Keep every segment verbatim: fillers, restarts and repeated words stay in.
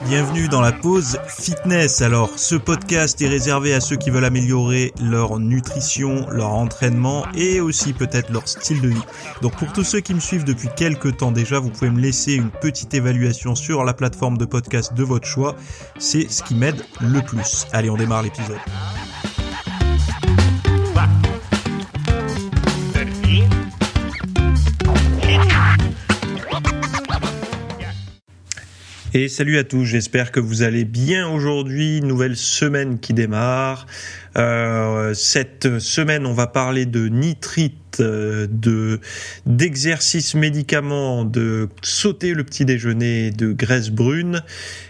Bienvenue dans la pause fitness. Alors, ce podcast est réservé à ceux qui veulent améliorer leur nutrition, leur entraînement et aussi peut-être leur style de vie. Donc, pour tous ceux qui me suivent depuis quelques temps déjà, vous pouvez me laisser une petite évaluation sur la plateforme de podcast de votre choix. C'est ce qui m'aide le plus. Allez, on démarre l'épisode. Et salut à tous, j'espère que vous allez bien aujourd'hui, nouvelle semaine qui démarre. Euh, cette semaine, on va parler de nitrite, de, d'exercices médicaments, de sauter le petit déjeuner, de graisse brune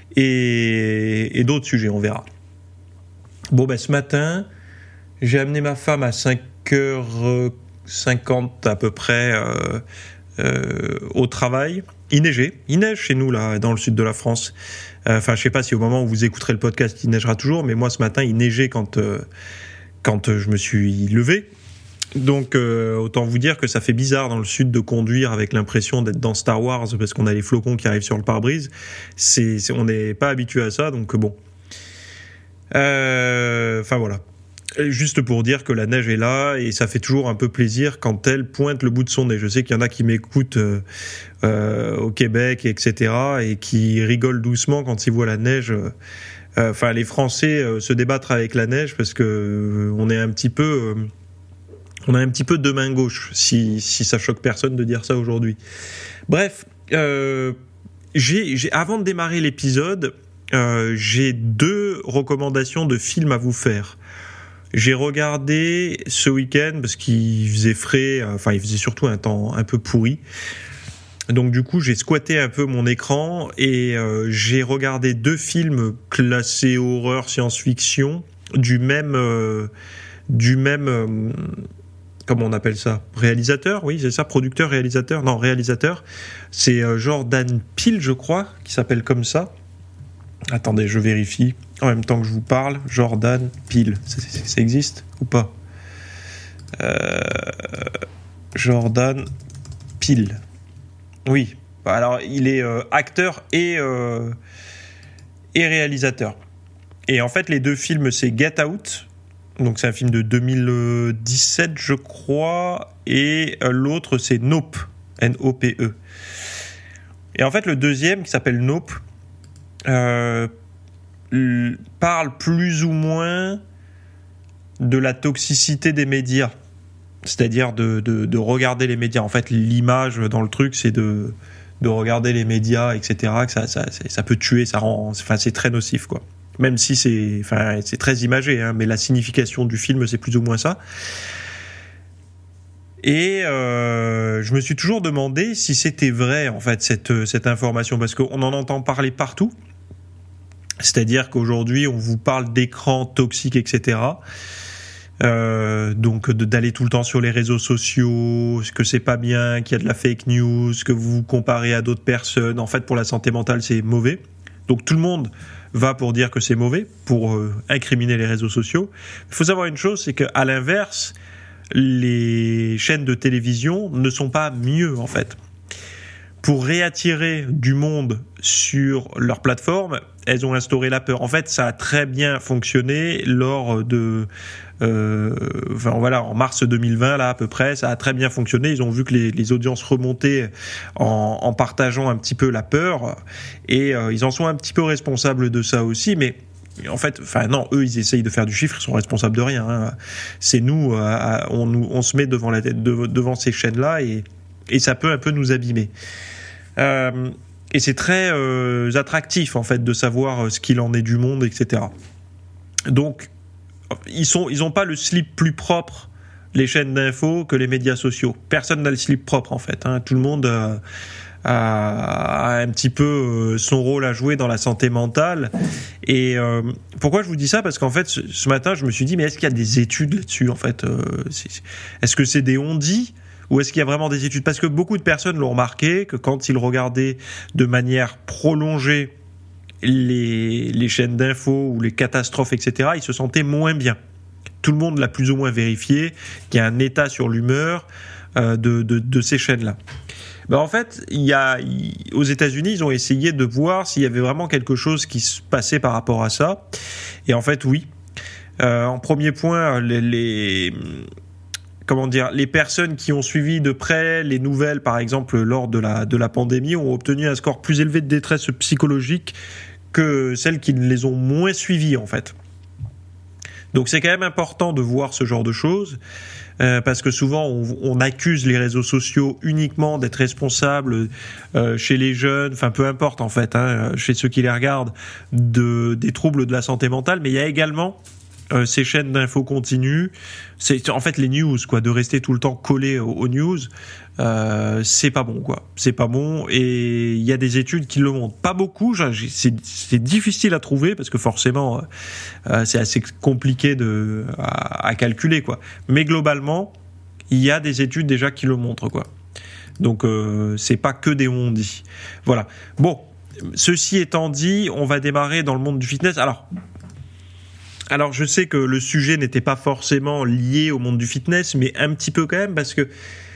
et, et d'autres sujets, on verra. Bon, ben ce matin, j'ai amené ma femme à cinq heures cinquante à peu près euh, euh, au travail. Il neigeait, il neige chez nous là, dans le sud de la France. Enfin, euh, je sais pas si au moment où vous écouterez le podcast, il neigera toujours, mais moi ce matin, il neigeait quand euh, quand je me suis levé. Donc euh, autant vous dire que ça fait bizarre dans le sud de conduire avec l'impression d'être dans Star Wars parce qu'on a les flocons qui arrivent sur le pare-brise. C'est, c'est on n'est pas habitué à ça, donc bon. Enfin euh, voilà. Juste pour dire que la neige est là et ça fait toujours un peu plaisir quand elle pointe le bout de son nez. Je sais qu'il y en a qui m'écoutent euh, euh, au Québec, et cetera et qui rigolent doucement quand ils voient la neige. Enfin, euh, les Français euh, se débattre avec la neige parce que euh, on est un petit peu, euh, on a un petit peu de main gauche. Si si ça choque personne de dire ça aujourd'hui. Bref, euh, j'ai, j'ai avant de démarrer l'épisode, euh, j'ai deux recommandations de films à vous faire. J'ai regardé ce week-end parce qu'il faisait frais, enfin il faisait surtout un temps un peu pourri. Donc du coup j'ai squatté un peu mon écran et euh, j'ai regardé deux films classés horreur science-fiction du même euh, du même euh, comment on appelle ça, réalisateur, oui c'est ça, producteur, réalisateur, non réalisateur. C'est euh, Jordan Peele je crois qui s'appelle comme ça. Attendez, je vérifie. En même temps que je vous parle, Jordan Peele. Ça, ça, ça existe ou pas euh, Jordan Peele. Oui. Alors, il est euh, acteur et, euh, et réalisateur. Et en fait, les deux films, c'est Get Out. Donc, c'est un film de deux mille dix-sept, je crois. Et euh, l'autre, c'est Nope. N O P E. Et en fait, le deuxième, qui s'appelle Nope, Euh, parle plus ou moins de la toxicité des médias, c'est-à-dire de, de, de regarder les médias. En fait, l'image dans le truc, c'est de, de regarder les médias, et cetera. Que ça, ça, ça peut tuer, ça rend, enfin, c'est très nocif, quoi. Même si c'est, enfin, c'est très imagé, hein, mais la signification du film, c'est plus ou moins ça. Et euh, je me suis toujours demandé si c'était vrai, en fait, cette, cette information, parce qu'on en entend parler partout. C'est-à-dire qu'aujourd'hui, on vous parle d'écrans toxiques, et cetera. Euh, donc de, d'aller tout le temps sur les réseaux sociaux, que c'est pas bien, qu'il y a de la fake news, que vous vous comparez à d'autres personnes. En fait, pour la santé mentale, c'est mauvais. Donc tout le monde va pour dire que c'est mauvais, pour euh, incriminer les réseaux sociaux. Il faut savoir une chose, c'est qu'à l'inverse, les chaînes de télévision ne sont pas mieux, en fait. Pour réattirer du monde sur leur plateforme, elles ont instauré la peur. En fait, ça a très bien fonctionné lors de, euh, enfin voilà, en mars deux mille vingt là à peu près, ça a très bien fonctionné. Ils ont vu que les, les audiences remontaient en, en partageant un petit peu la peur, et euh, ils en sont un petit peu responsables de ça aussi, mais. En fait, enfin non, eux ils essayent de faire du chiffre, ils sont responsables de rien. Hein. C'est nous, euh, on, nous, on se met devant la tête, de, devant ces chaînes-là et, et ça peut un peu nous abîmer. Euh, et c'est très euh, attractif en fait de savoir ce qu'il en est du monde, et cetera. Donc ils sont, ils ont pas le slip plus propre, les chaînes d'infos, que les médias sociaux. Personne n'a le slip propre en fait. Hein. Tout le monde. Euh, a un petit peu son rôle à jouer dans la santé mentale. Et euh, pourquoi je vous dis ça ? Parce qu'en fait, ce, ce matin, je me suis dit, mais est-ce qu'il y a des études là-dessus, en fait euh, c'est, est-ce que c'est des on-dit ou est-ce qu'il y a vraiment des études ? Parce que beaucoup de personnes l'ont remarqué, que quand ils regardaient de manière prolongée les, les chaînes d'infos ou les catastrophes, et cetera, ils se sentaient moins bien. Tout le monde l'a plus ou moins vérifié, qu'il y a un état sur l'humeur euh, de, de, de ces chaînes-là. Ben en fait, il y a, il, aux États-Unis, ils ont essayé de voir s'il y avait vraiment quelque chose qui se passait par rapport à ça. Et en fait, oui. Euh, en premier point, les, les comment dire, les personnes qui ont suivi de près les nouvelles, par exemple lors de la de la pandémie, ont obtenu un score plus élevé de détresse psychologique que celles qui les ont moins suivies, en fait. Donc c'est quand même important de voir ce genre de choses. Euh, parce que souvent on, on accuse les réseaux sociaux uniquement d'être responsables euh, chez les jeunes, enfin peu importe en fait, hein, chez ceux qui les regardent, de, des troubles de la santé mentale, mais il y a également euh, ces chaînes d'infos continues, c'est en fait les news, quoi, de rester tout le temps collé aux, aux news, euh, c'est pas bon, quoi, c'est pas bon, et il y a des études qui le montrent, pas beaucoup, c'est, c'est difficile à trouver parce que forcément euh, c'est assez compliqué de à, à calculer, quoi, mais globalement il y a des études déjà qui le montrent, quoi, donc euh, c'est pas que des on-dit, voilà. Bon, ceci étant dit, on va démarrer dans le monde du fitness. Alors Alors, je sais que le sujet n'était pas forcément lié au monde du fitness, mais un petit peu quand même, parce que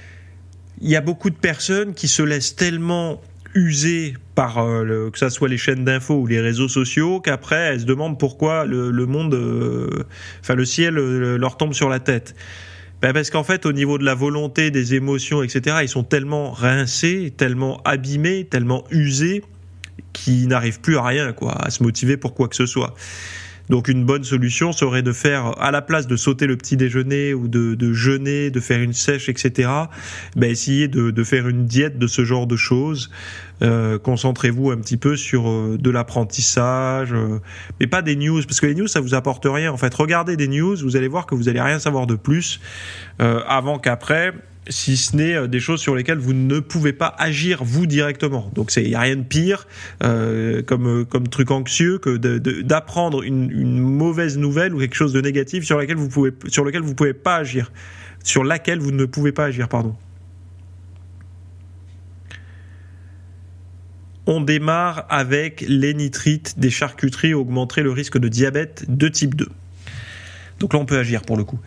il y a beaucoup de personnes qui se laissent tellement user par euh, le, que ça soit les chaînes d'infos ou les réseaux sociaux, qu'après elles se demandent pourquoi le, le monde, euh, enfin le ciel euh, leur tombe sur la tête. Ben parce qu'en fait, au niveau de la volonté, des émotions, et cetera, ils sont tellement rincés, tellement abîmés, tellement usés, qu'ils n'arrivent plus à rien, quoi, à se motiver pour quoi que ce soit. Donc une bonne solution serait de faire, à la place de sauter le petit déjeuner ou de, de jeûner, de faire une sèche, et cetera, ben essayer de, de faire une diète de ce genre de choses. Euh, concentrez-vous un petit peu sur euh, de l'apprentissage, euh, mais pas des news, parce que les news, ça vous apporte rien. En fait, regardez des news, vous allez voir que vous allez rien savoir de plus euh, avant qu'après, si ce n'est des choses sur lesquelles vous ne pouvez pas agir vous directement. Donc il n'y a rien de pire euh, comme, comme truc anxieux que de, de, d'apprendre une, une mauvaise nouvelle ou quelque chose de négatif sur laquelle vous pouvez, sur lequel vous pouvez pas agir, sur laquelle vous ne pouvez pas agir, pardon. On démarre avec les nitrites des charcuteries augmenteraient le risque de diabète de type deux. Donc là, on peut agir pour le coup.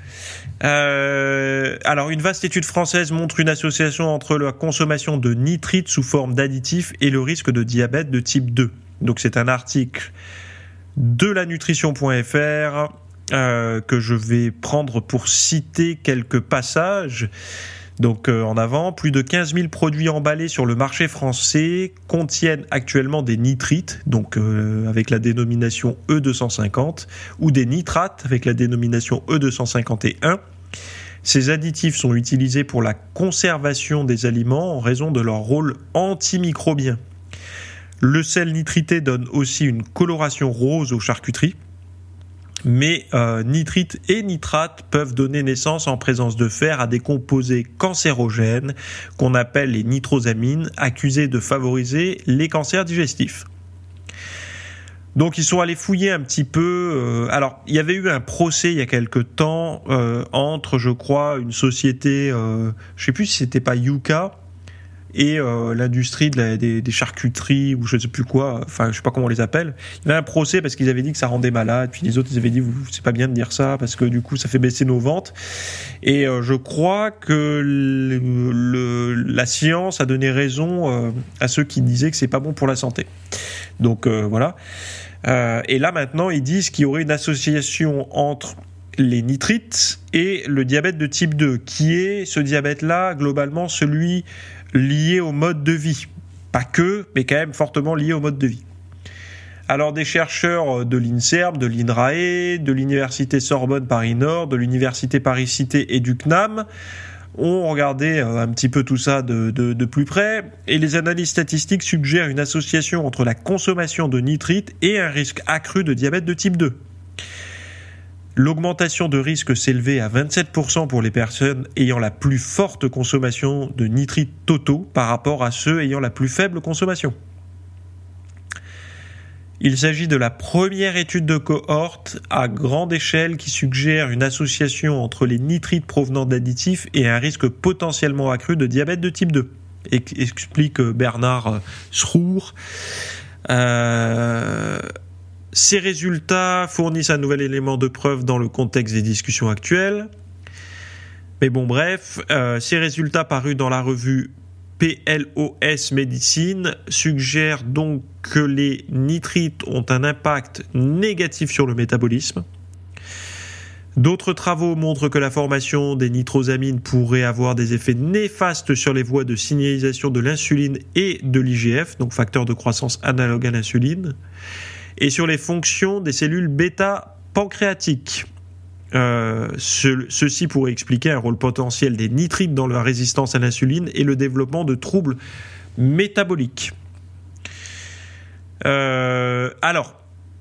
Euh, alors, une vaste étude française montre une association entre la consommation de nitrites sous forme d'additifs et le risque de diabète de type deux. Donc, c'est un article de la nutrition point f r euh, que je vais prendre pour citer quelques passages. Donc euh, en avant, plus de quinze mille produits emballés sur le marché français contiennent actuellement des nitrites, donc euh, avec la dénomination E deux cent cinquante, ou des nitrates avec la dénomination E deux cent cinquante et un. Ces additifs sont utilisés pour la conservation des aliments en raison de leur rôle antimicrobien. Le sel nitrité donne aussi une coloration rose aux charcuteries. Mais euh, nitrites et nitrates peuvent donner naissance en présence de fer à des composés cancérogènes qu'on appelle les nitrosamines, accusés de favoriser les cancers digestifs. Donc ils sont allés fouiller un petit peu. Euh, alors il y avait eu un procès il y a quelque temps euh, entre, je crois, une société, euh, je sais plus si c'était pas Yuka, et euh, l'industrie de la, des, des charcuteries ou je ne sais plus quoi, enfin je sais pas comment on les appelle. Il y avait un procès parce qu'ils avaient dit que ça rendait malade, puis les autres ils avaient dit c'est pas bien de dire ça parce que du coup ça fait baisser nos ventes. Et euh, je crois que le, le, la science a donné raison euh, à ceux qui disaient que c'est pas bon pour la santé. Donc euh, voilà. Euh, et là maintenant ils disent qu'il y aurait une association entre les nitrites et le diabète de type deux, qui est ce diabète-là globalement celui lié au mode de vie. Pas que, mais quand même fortement lié au mode de vie. Alors des chercheurs de l'INSERM, de l'INRAE, de l'Université Sorbonne Paris-Nord, de l'Université Paris-Cité et du C N A M ont regardé un petit peu tout ça de, de, de plus près, et les analyses statistiques suggèrent une association entre la consommation de nitrites et un risque accru de diabète de type deux. L'augmentation de risque s'élevait à vingt-sept pour cent pour les personnes ayant la plus forte consommation de nitrites totaux par rapport à ceux ayant la plus faible consommation. Il s'agit de la première étude de cohorte à grande échelle qui suggère une association entre les nitrites provenant d'additifs et un risque potentiellement accru de diabète de type deux, explique Bernard Srour. Euh... Ces résultats fournissent un nouvel élément de preuve dans le contexte des discussions actuelles. Mais bon, bref, euh, ces résultats parus dans la revue P L O S Medicine suggère donc que les nitrites ont un impact négatif sur le métabolisme. D'autres travaux montrent que la formation des nitrosamines pourrait avoir des effets néfastes sur les voies de signalisation de l'insuline et de l'I G F, donc facteur de croissance analogue à l'insuline, et sur les fonctions des cellules bêta-pancréatiques. Euh, ce, ceci pourrait expliquer un rôle potentiel des nitrites dans la résistance à l'insuline et le développement de troubles métaboliques. Euh, alors,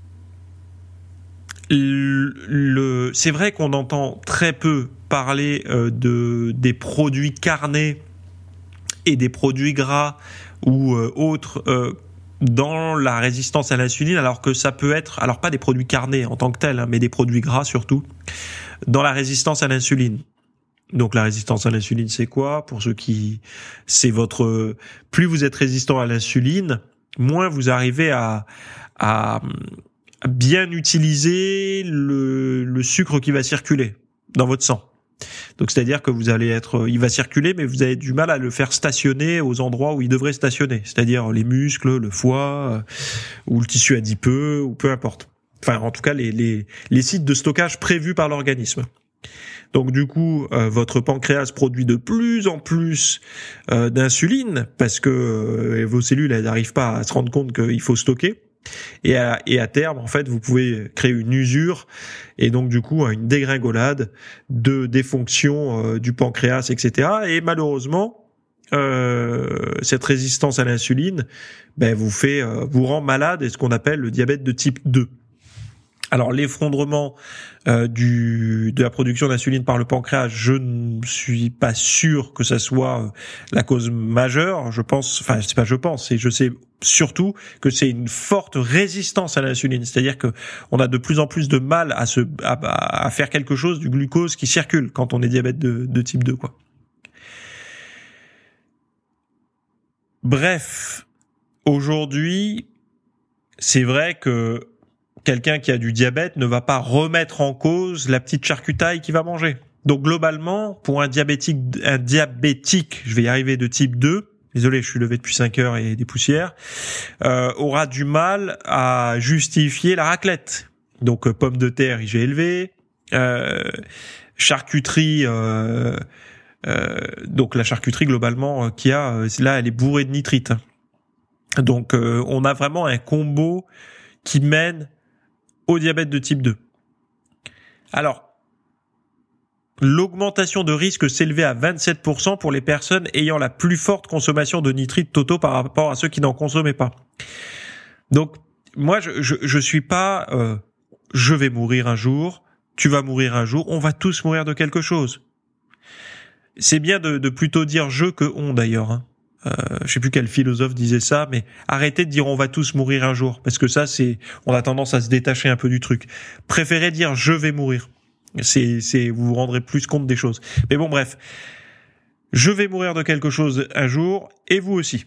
Le, le, c'est vrai qu'on entend très peu parler euh, de, des produits carnés et des produits gras ou euh, autres euh, dans la résistance à l'insuline, alors que ça peut être, alors pas des produits carnés en tant que tels, hein, mais des produits gras surtout, dans la résistance à l'insuline. Donc la résistance à l'insuline, c'est quoi? Pour ceux qui, c'est votre, plus vous êtes résistant à l'insuline, moins vous arrivez à, à bien utiliser le, le sucre qui va circuler dans votre sang. Donc c'est-à-dire que vous allez être, il va circuler, mais vous avez du mal à le faire stationner aux endroits où il devrait stationner, c'est-à-dire les muscles, le foie, euh, ou le tissu adipeux, ou peu importe. Enfin, en tout cas, les, les, les sites de stockage prévus par l'organisme. Donc du coup, euh, votre pancréas produit de plus en plus euh, d'insuline parce que euh, vos cellules elles n'arrivent pas à se rendre compte qu'il faut stocker. Et à, et à terme, en fait, vous pouvez créer une usure et donc du coup une dégringolade de des fonctions euh, du pancréas, et cetera. Et malheureusement, euh, cette résistance à l'insuline, ben vous fait, euh, vous rend malade et ce qu'on appelle le diabète de type deux. Alors l'effondrement euh, du de la production d'insuline par le pancréas, je ne suis pas sûr que ça soit euh, la cause majeure. Je pense, enfin c'est pas je pense, c'est je sais surtout que c'est une forte résistance à l'insuline, c'est-à-dire que on a de plus en plus de mal à se à, à faire quelque chose du glucose qui circule quand on est diabète de, de type deux, quoi. Bref, aujourd'hui, c'est vrai que quelqu'un qui a du diabète ne va pas remettre en cause la petite charcutaille qu'il va manger. Donc globalement, pour un diabétique, un diabétique, je vais y arriver de type deux, désolé, je suis levé depuis cinq heures et des poussières, euh, aura du mal à justifier la raclette. Donc euh, pommes de terre I G élevé, euh, charcuterie, euh, euh, donc la charcuterie globalement euh, qu'il y a, euh, là elle est bourrée de nitrites. Donc euh, on a vraiment un combo qui mène au diabète de type deux. Alors, l'augmentation de risque s'élevait à vingt-sept pour cent pour les personnes ayant la plus forte consommation de nitrites totaux par rapport à ceux qui n'en consommaient pas. Donc, moi, je je, je suis pas euh, je vais mourir un jour, tu vas mourir un jour, on va tous mourir de quelque chose. C'est bien de, de plutôt dire je que on d'ailleurs, hein. Euh, je sais plus quel philosophe disait ça, mais arrêtez de dire on va tous mourir un jour, parce que ça, c'est, on a tendance à se détacher un peu du truc. Préférez dire je vais mourir. C'est, c'est, vous vous rendrez plus compte des choses. Mais bon, bref. Je vais mourir de quelque chose un jour, et vous aussi.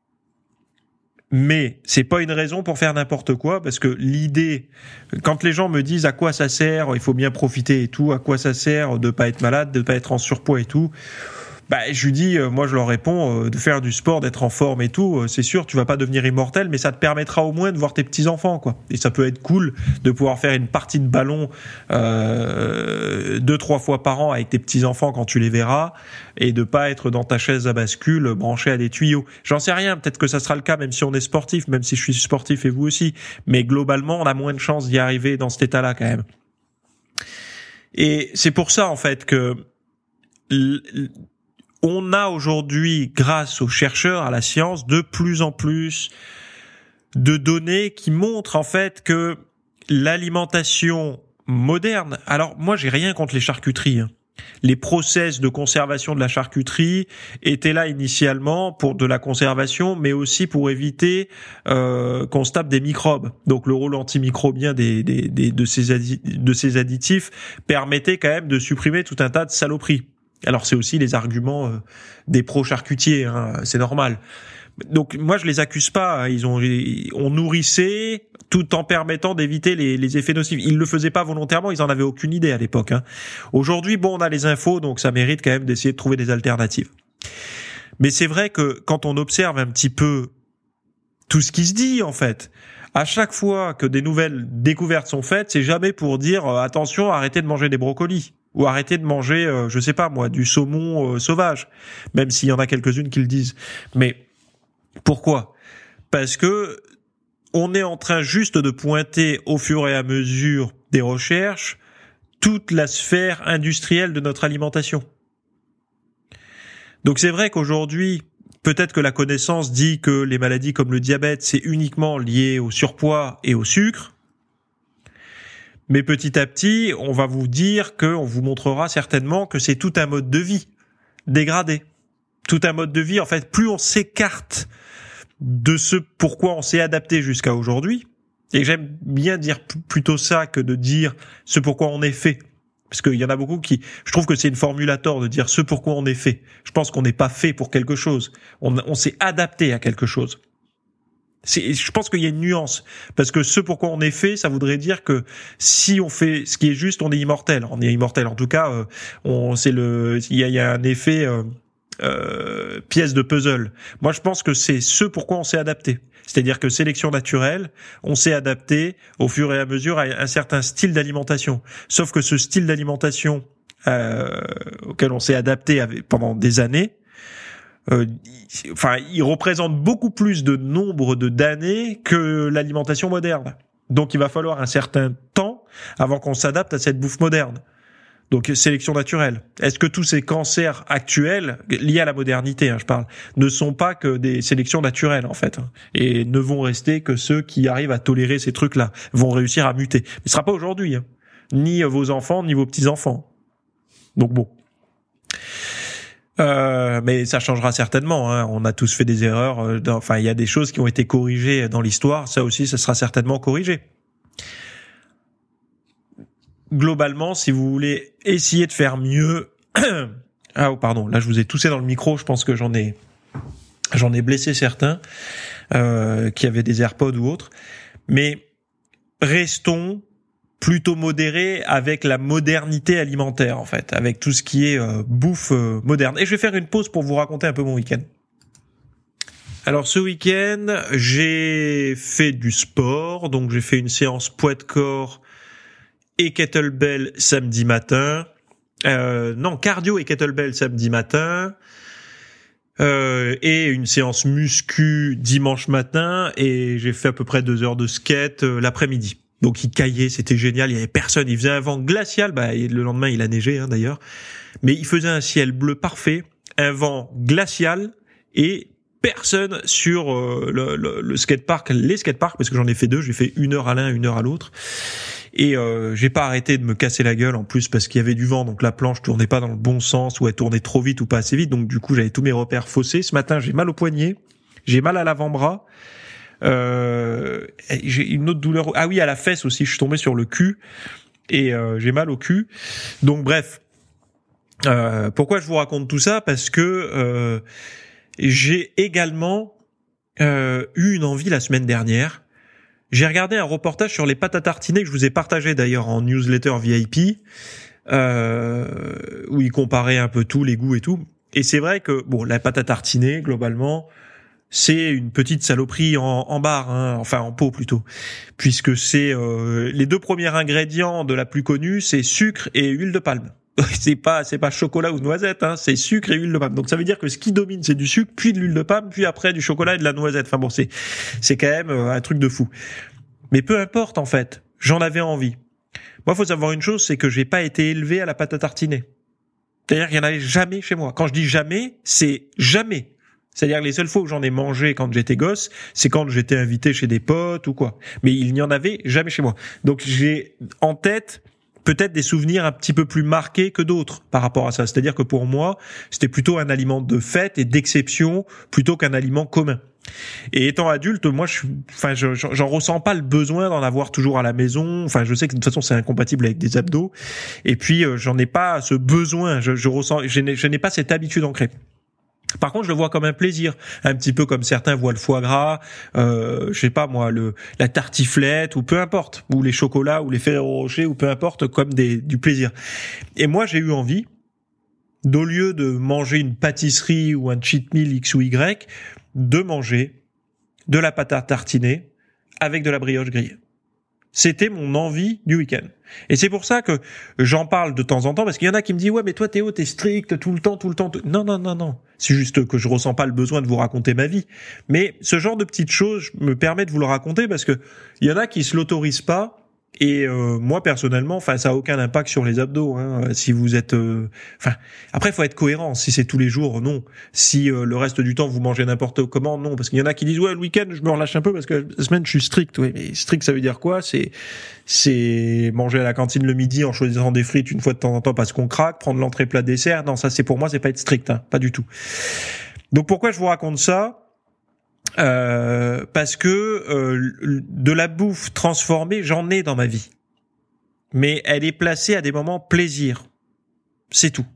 Mais c'est pas une raison pour faire n'importe quoi, parce que l'idée, quand les gens me disent à quoi ça sert, il faut bien profiter et tout, à quoi ça sert de pas être malade, de pas être en surpoids et tout, bah, je lui dis, euh, moi je leur réponds, euh, de faire du sport, d'être en forme et tout, euh, c'est sûr, tu vas pas devenir immortel, mais ça te permettra au moins de voir tes petits-enfants, quoi. Et ça peut être cool de pouvoir faire une partie de ballon euh, deux, trois fois par an avec tes petits-enfants quand tu les verras, et de pas être dans ta chaise à bascule branchée à des tuyaux. J'en sais rien, peut-être que ça sera le cas même si on est sportif, même si je suis sportif et vous aussi, mais globalement, on a moins de chances d'y arriver dans cet état-là quand même. Et c'est pour ça, en fait, que l- l- on a aujourd'hui, grâce aux chercheurs, à la science, de plus en plus de données qui montrent en fait que l'alimentation moderne, alors moi j'ai rien contre les charcuteries, hein. Les process de conservation de la charcuterie étaient là initialement pour de la conservation, mais aussi pour éviter euh, qu'on se tape des microbes. Donc le rôle antimicrobien des, des, des, de, ces addi- de ces additifs permettait quand même de supprimer tout un tas de saloperies. Alors c'est aussi les arguments euh, des pro-charcutiers, hein, c'est normal. Donc moi je les accuse pas, hein, ils ont on nourrissait tout en permettant d'éviter les, les effets nocifs. Ils le faisaient pas volontairement, ils en avaient aucune idée à l'époque, hein. Aujourd'hui bon on a les infos donc ça mérite quand même d'essayer de trouver des alternatives. Mais c'est vrai que quand on observe un petit peu tout ce qui se dit, en fait, à chaque fois que des nouvelles découvertes sont faites, c'est jamais pour dire euh, attention, arrêtez de manger des brocolis ou arrêtez de manger, euh, je sais pas moi, du saumon euh, sauvage, même s'il y en a quelques-unes qui le disent. Mais pourquoi ? Parce que on est en train juste de pointer au fur et à mesure des recherches toute la sphère industrielle de notre alimentation. Donc c'est vrai qu'aujourd'hui, peut-être que la connaissance dit que les maladies comme le diabète, c'est uniquement lié au surpoids et au sucre. Mais petit à petit, on va vous dire qu'on vous montrera certainement que c'est tout un mode de vie dégradé. Tout un mode de vie, en fait, plus on s'écarte de ce pourquoi on s'est adapté jusqu'à aujourd'hui, et j'aime bien dire plutôt ça que de dire ce pourquoi on est fait. Parce qu'il y en a beaucoup qui, je trouve que c'est une formule à tort de dire ce pourquoi on est fait. Je pense qu'on n'est pas fait pour quelque chose. On, on s'est adapté à quelque chose. C'est, je pense qu'il y a une nuance. Parce que ce pourquoi on est fait, ça voudrait dire que si on fait ce qui est juste, on est immortel. On est immortel. En tout cas, euh, on, c'est le, il y a, il y a un effet, euh, euh, pièce de puzzle. Moi, je pense que c'est ce pourquoi on s'est adapté. C'est-à-dire que sélection naturelle, on s'est adapté au fur et à mesure à un certain style d'alimentation. Sauf que ce style d'alimentation euh, auquel on s'est adapté pendant des années, euh, il, enfin, il représente beaucoup plus de nombre de d'années que l'alimentation moderne. Donc, il va falloir un certain temps avant qu'on s'adapte à cette bouffe moderne. Donc, sélection naturelle. Est-ce que tous ces cancers actuels, liés à la modernité, hein, je parle, ne sont pas que des sélections naturelles, en fait, hein, et ne vont rester que ceux qui arrivent à tolérer ces trucs-là, vont réussir à muter. Mais ce sera pas aujourd'hui, hein, ni vos enfants, ni vos petits-enfants. Donc bon. Euh, mais ça changera certainement, hein. On a tous fait des erreurs, euh, dans, enfin, il y a des choses qui ont été corrigées dans l'histoire, ça aussi, ça sera certainement corrigé. Globalement, si vous voulez essayer de faire mieux, ah oh, pardon, là je vous ai toussé dans le micro, je pense que j'en ai, j'en ai blessé certains euh, qui avaient des AirPods ou autres, mais restons plutôt modérés avec la modernité alimentaire en fait, avec tout ce qui est euh, bouffe euh, moderne. Et je vais faire une pause pour vous raconter un peu mon week-end. Alors ce week-end, j'ai fait du sport, donc j'ai fait une séance poids de corps et kettlebell samedi matin, euh, non, cardio et kettlebell samedi matin, euh, et une séance muscu dimanche matin, et j'ai fait à peu près deux heures de skate euh, l'après-midi. Donc il caillait, c'était génial, il y avait personne, il faisait un vent glacial, bah et le lendemain il a neigé hein, d'ailleurs, mais il faisait un ciel bleu parfait, un vent glacial et personne sur euh, le, le, le skatepark, les skateparks, parce que j'en ai fait deux, j'ai fait une heure à l'un, une heure à l'autre. Et euh, j'ai pas arrêté de me casser la gueule en plus parce qu'il y avait du vent, donc la planche tournait pas dans le bon sens, ou elle tournait trop vite ou pas assez vite, donc du coup j'avais tous mes repères faussés. Ce matin j'ai mal au poignet, j'ai mal à l'avant-bras, euh, j'ai une autre douleur, ah oui à la fesse aussi, je suis tombé sur le cul et euh, j'ai mal au cul. Donc bref, euh, pourquoi je vous raconte tout ça ? Parce que euh, j'ai également euh, eu une envie la semaine dernière. J'ai regardé un reportage sur les pâtes à tartiner que je vous ai partagé d'ailleurs en newsletter V I P, euh, où il comparait un peu tout, les goûts et tout. Et c'est vrai que bon, la pâte à tartiner globalement, c'est une petite saloperie en, en barre, hein, enfin en pot plutôt, puisque c'est euh, les deux premiers ingrédients de la plus connue, c'est sucre et huile de palme. C'est pas c'est pas chocolat ou noisette, hein, c'est sucre et huile de palme. Donc ça veut dire que ce qui domine c'est du sucre, puis de l'huile de palme, puis après du chocolat et de la noisette. Enfin bon, c'est c'est quand même un truc de fou. Mais peu importe en fait, j'en avais envie. Moi, faut savoir une chose, c'est que j'ai pas été élevé à la pâte à tartiner. C'est-à-dire qu'il y en avait jamais chez moi. Quand je dis jamais, c'est jamais. C'est-à-dire que les seules fois où j'en ai mangé quand j'étais gosse, c'est quand j'étais invité chez des potes ou quoi. Mais il n'y en avait jamais chez moi. Donc j'ai en tête peut-être des souvenirs un petit peu plus marqués que d'autres par rapport à ça. C'est-à-dire que pour moi, c'était plutôt un aliment de fête et d'exception plutôt qu'un aliment commun. Et étant adulte, moi, je, enfin, je, j'en ressens pas le besoin d'en avoir toujours à la maison. Enfin, je sais que de toute façon, c'est incompatible avec des abdos. Et puis, euh, j'en ai pas ce besoin. Je, je ressens, je n'ai, je n'ai pas cette habitude ancrée. Par contre, je le vois comme un plaisir, un petit peu comme certains voient le foie gras, euh, je sais pas moi, le la tartiflette ou peu importe, ou les chocolats ou les Ferrero Rocher ou peu importe, comme des du plaisir. Et moi, j'ai eu envie d'au lieu de manger une pâtisserie ou un cheat meal X ou Y, de manger de la pâte à tartiner avec de la brioche grillée. C'était mon envie du week-end. Et c'est pour ça que j'en parle de temps en temps, parce qu'il y en a qui me disent « Ouais, mais toi, Théo, t'es strict tout le temps, tout le temps. » Non, non, non, non. C'est juste que je ressens pas le besoin de vous raconter ma vie. Mais ce genre de petites choses me permet de vous le raconter, parce que il y en a qui se l'autorisent pas. Et euh, moi personnellement, enfin, ça a aucun impact sur les abdos. Hein. Si vous êtes, euh... enfin, après, faut être cohérent. Si c'est tous les jours, non. Si euh, le reste du temps vous mangez n'importe comment, non. Parce qu'il y en a qui disent ouais, le week-end, je me relâche un peu parce que la semaine, je suis strict. Oui, mais strict, ça veut dire quoi? C'est, c'est manger à la cantine le midi en choisissant des frites une fois de temps en temps parce qu'on craque, prendre l'entrée plat dessert. Non, ça, c'est pour moi, c'est pas être strict, hein. Pas du tout. Donc pourquoi je vous raconte ça? Euh, parce que euh, de la bouffe transformée, j'en ai dans ma vie. Mais elle est placée à des moments plaisir. C'est tout.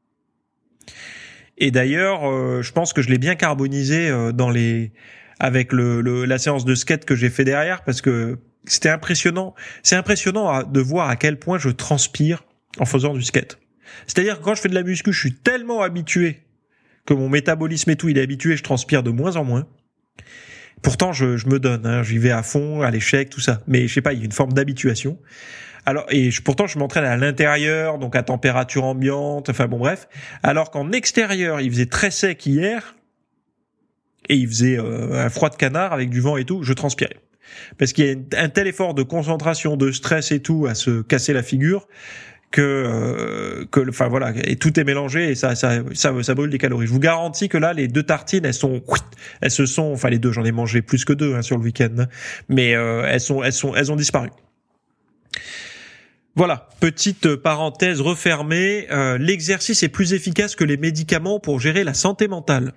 Et d'ailleurs, euh, je pense que je l'ai bien carbonisé euh, dans les avec le, le la séance de skate que j'ai fait derrière, parce que c'était impressionnant. C'est impressionnant à, de voir à quel point je transpire en faisant du skate. C'est-à-dire que quand je fais de la muscu, je suis tellement habitué que mon métabolisme et tout, il est habitué, je transpire de moins en moins. Pourtant, je, je me donne, hein, j'y vais à fond, à l'échec, tout ça. Mais je sais pas, il y a une forme d'habituation. Alors, et je, pourtant, je m'entraîne à l'intérieur, donc à température ambiante, enfin bon, bref. Alors qu'en extérieur, il faisait très sec hier, et il faisait euh, un froid de canard avec du vent et tout, je transpirais. Parce qu'il y a un tel effort de concentration, de stress et tout, à se casser la figure, que euh, que enfin voilà, et tout est mélangé et ça ça ça ça brûle des calories. Je vous garantis que là les deux tartines, elles sont elles se sont enfin les deux, j'en ai mangé plus que deux hein, sur le week-end, hein, mais euh, elles sont elles sont elles ont disparu. Voilà, petite parenthèse refermée, euh, l'exercice est plus efficace que les médicaments pour gérer la santé mentale.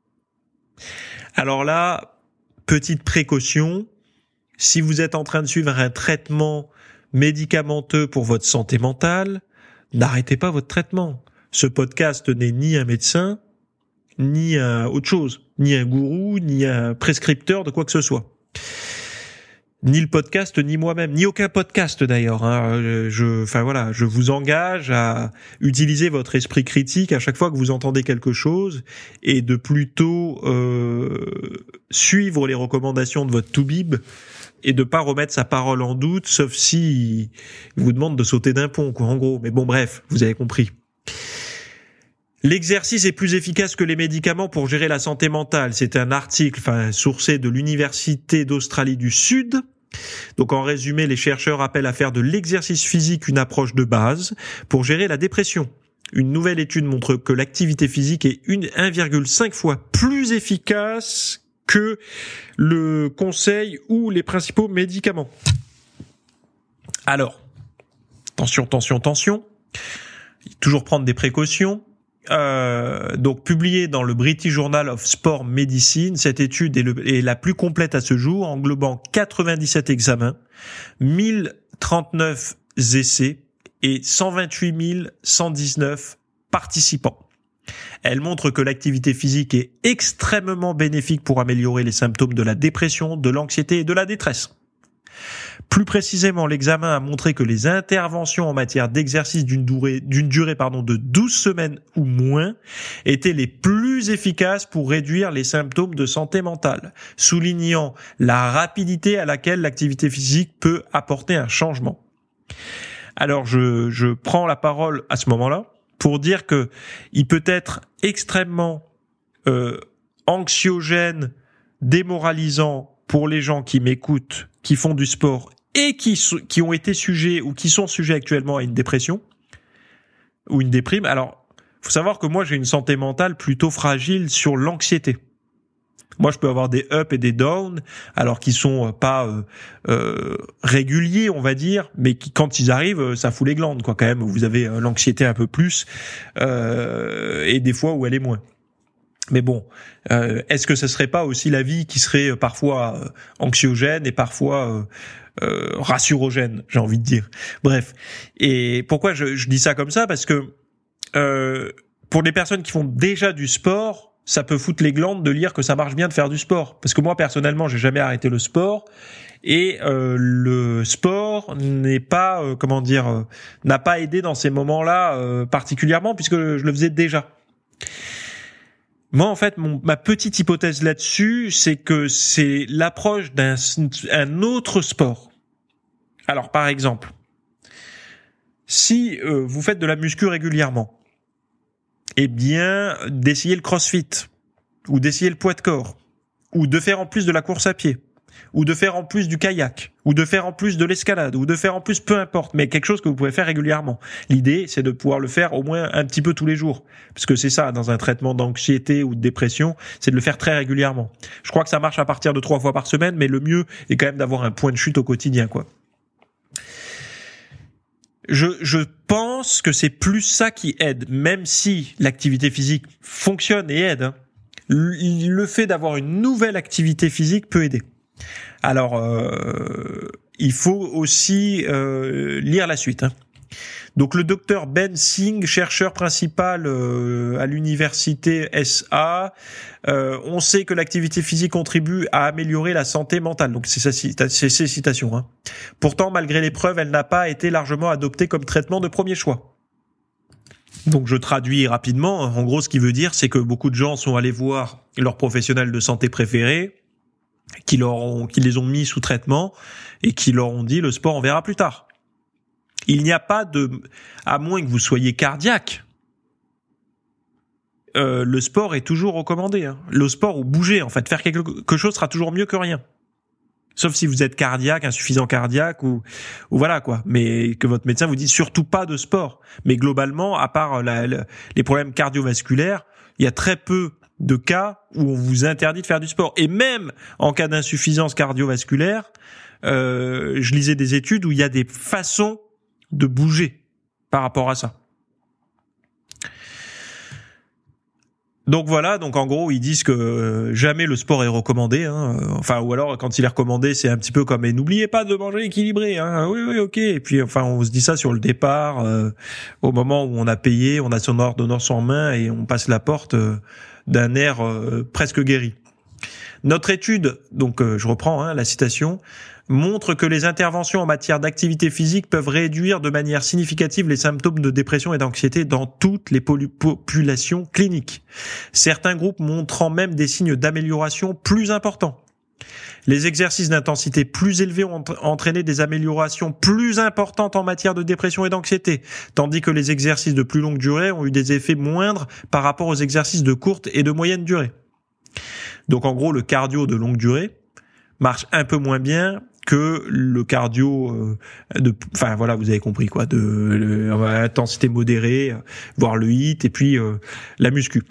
Alors là, petite précaution, si vous êtes en train de suivre un traitement médicamenteux pour votre santé mentale, n'arrêtez pas votre traitement. Ce podcast n'est ni un médecin, ni un autre chose, ni un gourou, ni un prescripteur de quoi que ce soit. Ni le podcast, ni moi-même, ni aucun podcast d'ailleurs. Hein. Je, enfin voilà, je vous engage à utiliser votre esprit critique à chaque fois que vous entendez quelque chose et de plutôt euh, suivre les recommandations de votre toubib et de pas remettre sa parole en doute, sauf si il vous demande de sauter d'un pont, quoi, en gros. Mais bon, bref, vous avez compris. L'exercice est plus efficace que les médicaments pour gérer la santé mentale. C'est un article, enfin, sourcé de l'Université d'Australie du Sud. Donc, en résumé, les chercheurs appellent à faire de l'exercice physique une approche de base pour gérer la dépression. Une nouvelle étude montre que l'activité physique est un virgule cinq fois plus efficace que le conseil ou les principaux médicaments. Alors, attention, attention, attention. Toujours prendre des précautions. Euh, donc publiée dans le British Journal of Sport Medicine, cette étude est, le, est la plus complète à ce jour, englobant quatre-vingt-dix-sept examens, mille trente-neuf essais et cent vingt-huit mille cent dix-neuf participants. Elle montre que l'activité physique est extrêmement bénéfique pour améliorer les symptômes de la dépression, de l'anxiété et de la détresse. Plus précisément, l'examen a montré que les interventions en matière d'exercice d'une durée, d'une durée pardon, de douze semaines ou moins étaient les plus efficaces pour réduire les symptômes de santé mentale, soulignant la rapidité à laquelle l'activité physique peut apporter un changement. Alors, je, je prends la parole à ce moment-là pour dire que il peut être extrêmement euh, anxiogène, démoralisant pour les gens qui m'écoutent, qui font du sport et qui, qui ont été sujets ou qui sont sujets actuellement à une dépression ou une déprime. Alors, faut savoir que moi, j'ai une santé mentale plutôt fragile sur l'anxiété. Moi, je peux avoir des ups et des downs, alors qu'ils sont pas euh, euh, réguliers, on va dire, mais qui, quand ils arrivent, ça fout les glandes, quoi. Quand même, vous avez euh, l'anxiété un peu plus, euh, et des fois où elle est moins. Mais bon, euh, est-ce que ce serait pas aussi la vie qui serait parfois euh, anxiogène et parfois euh, euh, rassurogène, j'ai envie de dire. Bref. Et pourquoi je, je dis ça comme ça? Parce que euh, pour les personnes qui font déjà du sport, ça peut foutre les glandes de lire que ça marche bien de faire du sport. Parce que moi, personnellement, j'ai jamais arrêté le sport. Et euh, le sport n'est pas, euh, comment dire, euh, n'a pas aidé dans ces moments-là euh, particulièrement, puisque je le faisais déjà. Moi, en fait, mon, ma petite hypothèse là-dessus, c'est que c'est l'approche d'un un autre sport. Alors, par exemple, si euh, vous faites de la muscu régulièrement, eh bien, d'essayer le crossfit, ou d'essayer le poids de corps, ou de faire en plus de la course à pied, ou de faire en plus du kayak, ou de faire en plus de l'escalade, ou de faire en plus, peu importe, mais quelque chose que vous pouvez faire régulièrement. L'idée, c'est de pouvoir le faire au moins un petit peu tous les jours, parce que c'est ça, dans un traitement d'anxiété ou de dépression, c'est de le faire très régulièrement. Je crois que ça marche à partir de trois fois par semaine, mais le mieux est quand même d'avoir un point de chute au quotidien, quoi. Je, je pense que c'est plus ça qui aide, même si l'activité physique fonctionne et aide, hein. Le fait d'avoir une nouvelle activité physique peut aider. Alors, euh, il faut aussi euh, lire la suite, hein. Donc, le docteur Ben Singh, chercheur principal euh, à l'université S A, euh, on sait que l'activité physique contribue à améliorer la santé mentale. Donc, c'est ses citations, hein. Pourtant, malgré les preuves, elle n'a pas été largement adoptée comme traitement de premier choix. Donc je traduis rapidement. En gros, ce qui veut dire, c'est que beaucoup de gens sont allés voir leurs professionnels de santé préférés, qui leur ont, qui les ont mis sous traitement et qui leur ont dit le sport on verra plus tard. Il n'y a pas de, à moins que vous soyez cardiaque, euh, le sport est toujours recommandé, hein. Le sport ou bouger en fait, faire quelque chose sera toujours mieux que rien. Sauf si vous êtes cardiaque, insuffisant cardiaque ou, ou voilà quoi. Mais que votre médecin vous dit surtout pas de sport. Mais globalement, à part la, la, les problèmes cardiovasculaires, il y a très peu de cas où on vous interdit de faire du sport. Et même en cas d'insuffisance cardiovasculaire, euh, je lisais des études où il y a des façons de bouger par rapport à ça. Donc voilà, donc en gros ils disent que jamais le sport est recommandé, hein. Enfin ou alors quand il est recommandé c'est un petit peu comme et n'oubliez pas de manger équilibré, hein. Oui oui ok. Et puis enfin on se dit ça sur le départ, euh, au moment où on a payé, on a son ordonnance en main et on passe la porte euh, d'un air euh, presque guéri. Notre étude, donc euh, je reprends hein, la citation, montre que les interventions en matière d'activité physique peuvent réduire de manière significative les symptômes de dépression et d'anxiété dans toutes les populations cliniques. Certains groupes montrant même des signes d'amélioration plus importants. Les exercices d'intensité plus élevés ont entraîné des améliorations plus importantes en matière de dépression et d'anxiété, tandis que les exercices de plus longue durée ont eu des effets moindres par rapport aux exercices de courte et de moyenne durée. Donc en gros, le cardio de longue durée marche un peu moins bien que le cardio euh, de, enfin voilà, vous avez compris quoi, de le, intensité modérée, voire le H I I T et puis euh, la muscu.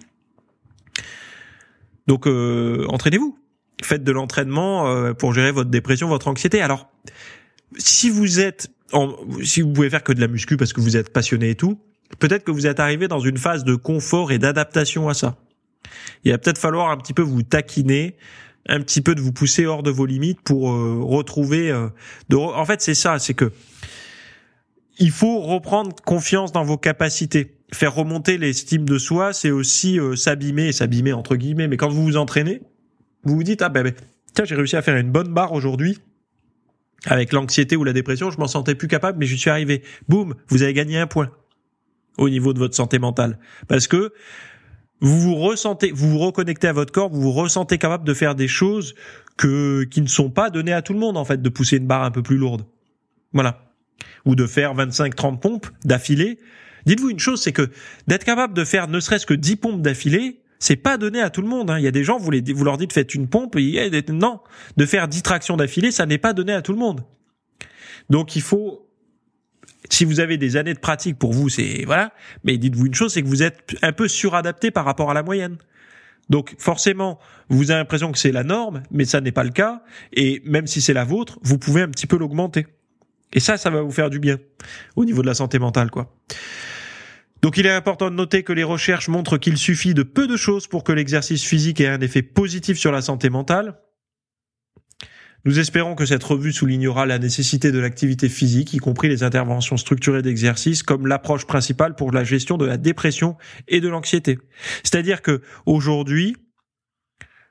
Donc euh, entraînez-vous, faites de l'entraînement euh, pour gérer votre dépression, votre anxiété. Alors si vous êtes, en, si vous pouvez faire que de la muscu parce que vous êtes passionné et tout, peut-être que vous êtes arrivé dans une phase de confort et d'adaptation à ça. Il va peut-être falloir un petit peu vous taquiner, un petit peu de vous pousser hors de vos limites pour euh, retrouver euh, de re... en fait c'est ça, c'est que il faut reprendre confiance dans vos capacités. Faire remonter l'estime de soi, c'est aussi euh, s'abîmer, s'abîmer entre guillemets, mais quand vous vous entraînez, vous vous dites ah ben, ben tiens, j'ai réussi à faire une bonne barre aujourd'hui. Avec l'anxiété ou la dépression, je m'en sentais plus capable mais je suis arrivé. Boum, vous avez gagné un point au niveau de votre santé mentale parce que vous vous ressentez, vous vous reconnectez à votre corps, vous vous ressentez capable de faire des choses que qui ne sont pas données à tout le monde en fait, de pousser une barre un peu plus lourde. Voilà. Ou de faire vingt-cinq trente pompes d'affilée. Dites-vous une chose, c'est que d'être capable de faire ne serait-ce que dix pompes d'affilée, c'est pas donné à tout le monde, hein. Il y a des gens, vous les vous leur dites faites une pompe, et non, de faire dix tractions d'affilée, ça n'est pas donné à tout le monde. Donc il faut, si vous avez des années de pratique pour vous, c'est voilà, mais dites-vous une chose, c'est que vous êtes un peu suradapté par rapport à la moyenne. Donc forcément, vous avez l'impression que c'est la norme, mais ça n'est pas le cas, et même si c'est la vôtre, vous pouvez un petit peu l'augmenter. Et ça, ça va vous faire du bien au niveau de la santé mentale, quoi. Donc il est important de noter que les recherches montrent qu'il suffit de peu de choses pour que l'exercice physique ait un effet positif sur la santé mentale. Nous espérons que cette revue soulignera la nécessité de l'activité physique, y compris les interventions structurées d'exercice, comme l'approche principale pour la gestion de la dépression et de l'anxiété. C'est-à-dire que aujourd'hui,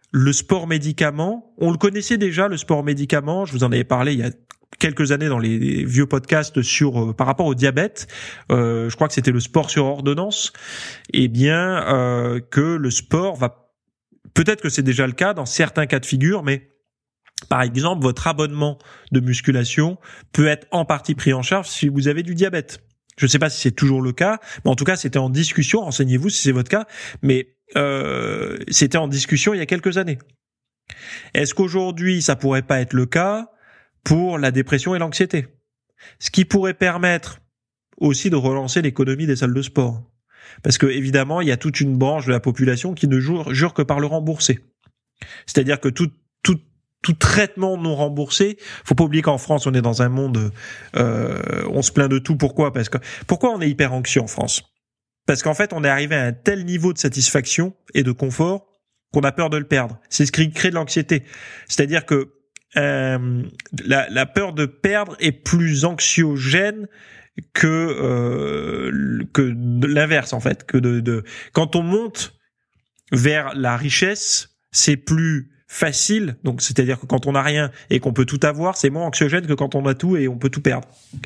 le sport médicament, on le connaissait déjà, le sport médicament, je vous en avais parlé il y a quelques années dans les vieux podcasts sur euh, par rapport au diabète, euh, je crois que c'était le sport sur ordonnance, eh bien euh, que le sport va, peut-être que c'est déjà le cas dans certains cas de figure, mais par exemple votre abonnement de musculation peut être en partie pris en charge si vous avez du diabète. Je ne sais pas si c'est toujours le cas, mais en tout cas c'était en discussion, renseignez-vous si c'est votre cas, mais euh, c'était en discussion il y a quelques années. Est-ce qu'aujourd'hui ça pourrait pas être le cas pour la dépression et l'anxiété, ce qui pourrait permettre aussi de relancer l'économie des salles de sport. Parce que évidemment, il y a toute une branche de la population qui ne jure, jure que par le remboursé. C'est-à-dire que tout, tout, tout traitement non remboursé, faut pas oublier qu'en France, on est dans un monde, euh, on se plaint de tout. Pourquoi ? Parce que pourquoi on est hyper anxieux en France ? Parce qu'en fait, on est arrivé à un tel niveau de satisfaction et de confort qu'on a peur de le perdre. C'est ce qui crée de l'anxiété. C'est-à-dire que Euh, la, la peur de perdre est plus anxiogène que euh, que l'inverse en fait, que de, de quand on monte vers la richesse, c'est plus facile. Donc c'est-à-dire que quand on n'a rien et qu'on peut tout avoir, c'est moins anxiogène que quand on a tout et on peut tout perdre.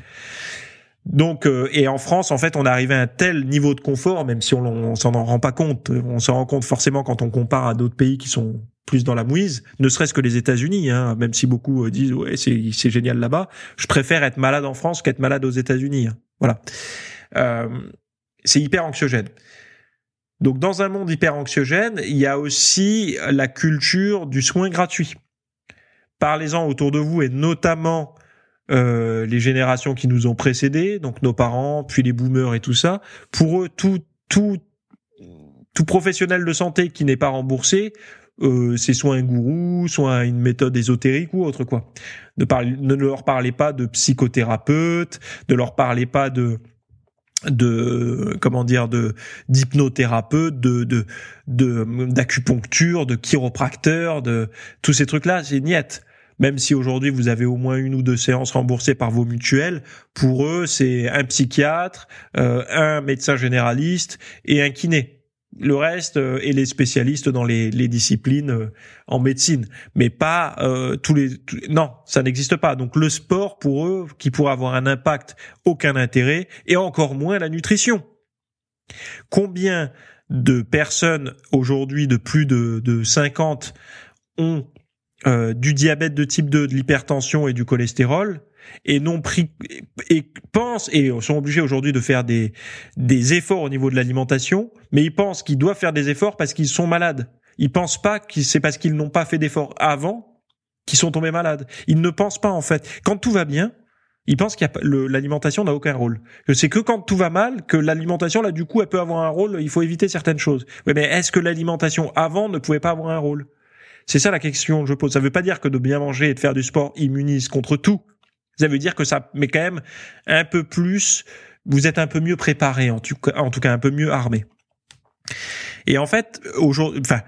Donc euh, et en France en fait on est arrivé à un tel niveau de confort, même si on, on s'en en rend pas compte, on s'en rend compte forcément quand on compare à d'autres pays qui sont plus dans la mouise, ne serait-ce que les États-Unis, hein, même si beaucoup disent ouais c'est c'est génial là-bas, je préfère être malade en France qu'être malade aux États-Unis. Hein. Voilà, euh, c'est hyper anxiogène. Donc dans un monde hyper anxiogène, il y a aussi la culture du soin gratuit. Parlez-en autour de vous et notamment Euh, les générations qui nous ont précédés, donc nos parents, puis les boomers et tout ça, pour eux, tout, tout, tout professionnel de santé qui n'est pas remboursé, euh, c'est soit un gourou, soit une méthode ésotérique ou autre quoi. Ne, parle, ne leur parlez pas de psychothérapeute, ne leur parlez pas de de comment dire de d'hypnothérapeute, de de de d'acupuncture, de chiropracteur, de tous ces trucs là, c'est niette. Même si aujourd'hui vous avez au moins une ou deux séances remboursées par vos mutuelles, pour eux c'est un psychiatre, euh, un médecin généraliste et un kiné. Le reste euh, et les spécialistes dans les, les disciplines euh, en médecine, mais pas euh, tous les. Tous, non, ça n'existe pas. Donc le sport pour eux, qui pourrait avoir un impact, aucun intérêt, et encore moins la nutrition. Combien de personnes aujourd'hui de plus de, de cinquante ont Euh, du diabète de type deux, de l'hypertension et du cholestérol, et n'ont pris et pensent et sont obligés aujourd'hui de faire des des efforts au niveau de l'alimentation, mais ils pensent qu'ils doivent faire des efforts parce qu'ils sont malades. Ils pensent pas que c'est parce qu'ils n'ont pas fait d'efforts avant qu'ils sont tombés malades. Ils ne pensent pas en fait. Quand tout va bien, ils pensent qu'il y a le, l'alimentation n'a aucun rôle. Que c'est que quand tout va mal que l'alimentation là du coup elle peut avoir un rôle. Il faut éviter certaines choses. Oui, mais est-ce que l'alimentation avant ne pouvait pas avoir un rôle ? C'est ça la question que je pose. Ça veut pas dire que de bien manger et de faire du sport immunise contre tout. Ça veut dire que ça met quand même un peu plus, vous êtes un peu mieux préparé, en tout cas, en tout cas un peu mieux armé. Et en fait, aujourd'hui, enfin,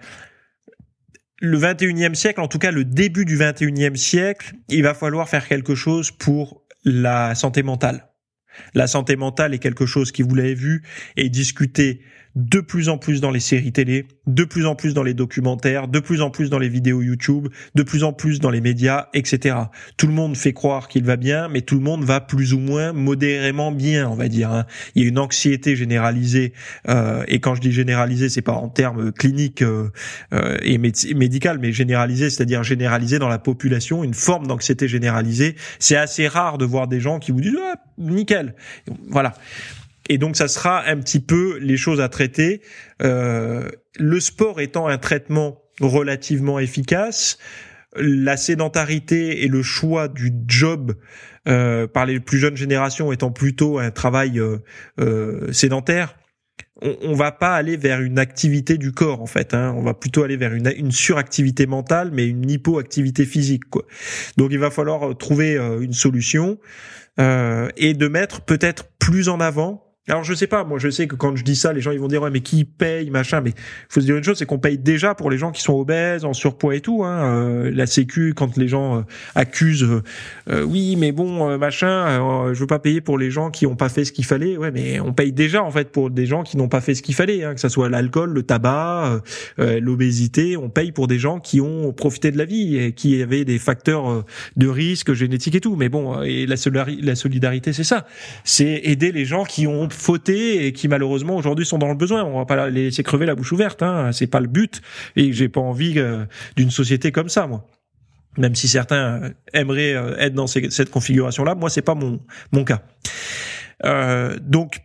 le vingt et unième siècle, en tout cas le début du vingt et unième siècle, il va falloir faire quelque chose pour la santé mentale. La santé mentale est quelque chose qui, vous l'avez vu, est discuté de plus en plus dans les séries télé, de plus en plus dans les documentaires, de plus en plus dans les vidéos YouTube, de plus en plus dans les médias, et cetera. Tout le monde fait croire qu'il va bien, mais tout le monde va plus ou moins modérément bien, on va dire. Hein. Il y a une anxiété généralisée, euh, et quand je dis généralisée, c'est pas en termes cliniques euh, euh, et méd- médical, mais généralisée, c'est-à-dire généralisée dans la population, une forme d'anxiété généralisée. C'est assez rare de voir des gens qui vous disent ah, nickel, voilà. Et donc ça sera un petit peu les choses à traiter. Euh, le sport étant un traitement relativement efficace, la sédentarité et le choix du job euh, par les plus jeunes générations étant plutôt un travail euh, euh, sédentaire, on, on va pas aller vers une activité du corps en fait. Hein. On va plutôt aller vers une, une suractivité mentale, mais une hypoactivité physique, quoi. Donc il va falloir trouver euh, une solution euh, et de mettre peut-être plus en avant Alors je sais pas, moi je sais que quand je dis ça, les gens ils vont dire ouais mais qui paye machin, mais faut se dire une chose, c'est qu'on paye déjà pour les gens qui sont obèses, en surpoids et tout. Hein. Euh, la Sécu, quand les gens euh, accusent, euh, euh, oui mais bon euh, machin, euh, je veux pas payer pour les gens qui ont pas fait ce qu'il fallait. Ouais mais on paye déjà en fait pour des gens qui n'ont pas fait ce qu'il fallait, hein, que ça soit l'alcool, le tabac, euh, euh, l'obésité, on paye pour des gens qui ont profité de la vie et qui avaient des facteurs euh, de risque génétique et tout. Mais bon, et la, solari- la solidarité c'est ça, c'est aider les gens qui ont fautés et qui malheureusement aujourd'hui sont dans le besoin. On va pas les laisser crever la bouche ouverte, hein. C'est pas le but et j'ai pas envie euh, d'une société comme ça, moi. Même si certains aimeraient euh, être dans ces, cette configuration-là, moi c'est pas mon mon cas. Euh, donc